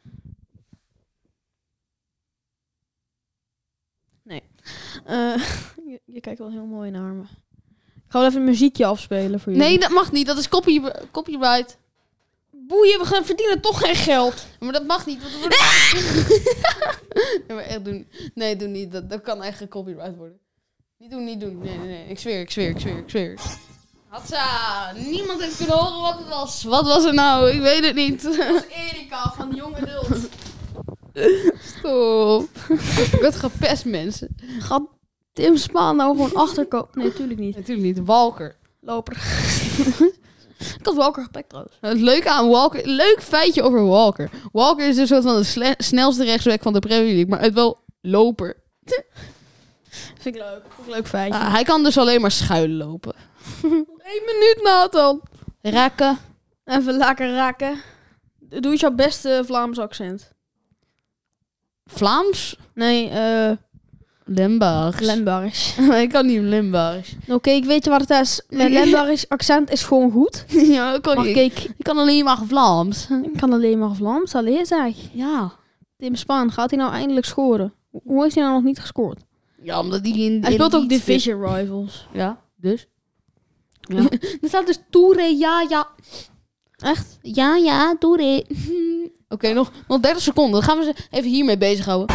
S1: Nee. Uh, je, je kijkt wel heel mooi naar me. Ik ga wel even een muziekje afspelen voor jullie.
S2: Nee, dat mag niet. Dat is copy, copyright.
S1: Boeien, we gaan verdienen toch geen geld.
S2: Maar dat mag niet. Want dan wordt... nee, maar echt doen. Nee, doe niet. Dat, dat kan echt copyright worden. Niet doen, niet doen. Nee, nee, nee. Ik zweer, ik zweer, ik zweer, ik zweer. Hatsa! Niemand heeft kunnen horen wat het was. Wat was er nou? Ik weet het niet.
S1: Dat was Erika van Young Adult.
S2: Stop. Ik werd gepest, mensen.
S1: Gaat Tim Spaan nou gewoon achterkomen? Nee, natuurlijk niet.
S2: Natuurlijk niet. Walker.
S1: Loper. Ik had Walker gepakt trouwens.
S2: Het leuke aan Walker... Leuk feitje over Walker. Walker is dus soort van de sle- snelste rechtsback van de Premier League. Maar uit wel loper.
S1: Vind ik leuk. Vind ik leuk feitje.
S2: Ah, hij kan dus alleen maar schuilen lopen.
S1: Eén minuut, Nathan.
S2: Raken.
S1: Even lekker raken. Doe eens jouw beste Vlaams accent.
S2: Vlaams?
S1: Nee, eh...
S2: Limburgs.
S1: Limburgs.
S2: Ik kan niet Limburgs.
S1: Oké, ik weet je wat het is. Mijn Limburgs accent is gewoon goed.
S2: Ja, ik kan,
S1: Maar
S2: ik,
S1: kijk,
S2: ik kan alleen maar Vlaams.
S1: ik kan alleen maar Vlaams alleen zeg.
S2: Ja.
S1: Tim Spaan, gaat hij nou eindelijk scoren? Hoe heeft hij nou nog niet gescoord?
S2: Ja, omdat die in...
S1: Hij
S2: in
S1: speelt ook
S2: Leeds
S1: Division Rivals.
S2: zit. Ja, dus? Ja. Er staat dus Toure, ja, ja.
S1: Echt?
S2: Ja, ja, Toure. Oké, okay, nog, nog dertig seconden. Dan gaan we ze even hiermee bezighouden.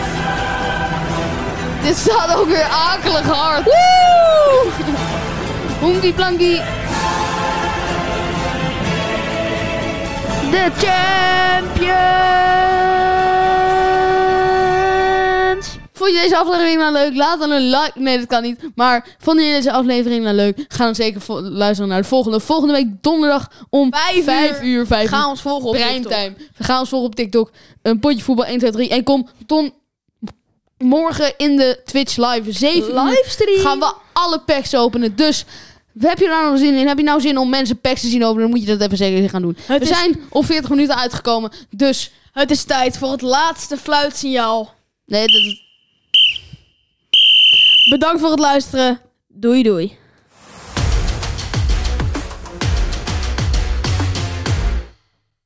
S2: Dit staat ook weer akelig hard. Woe! Honky Planky.
S1: De champions!
S2: Vond je deze aflevering nou leuk? Laat dan een like. Nee, dat kan niet. Maar vond je deze aflevering nou leuk? Ga dan zeker vo- luisteren naar de volgende. Volgende week donderdag om
S1: Vijf
S2: vijf uur. vijf
S1: Ga
S2: uur.
S1: ons volgen op TikTok.
S2: Primetime. We gaan ons volgen op TikTok. Een potje voetbal één, twee, drie. En kom Ton morgen in de Twitch live. zeven uur
S1: Livestream.
S2: gaan we alle packs openen. Dus heb je er nou nog zin in? Heb je nou zin om mensen packs te zien openen? Dan moet je dat even zeker gaan doen.
S1: Het
S2: we
S1: is-
S2: zijn op veertig minuten uitgekomen. Dus
S1: Het is tijd voor het laatste fluitsignaal.
S2: nee, dat is...
S1: Bedankt voor het luisteren. Doei doei.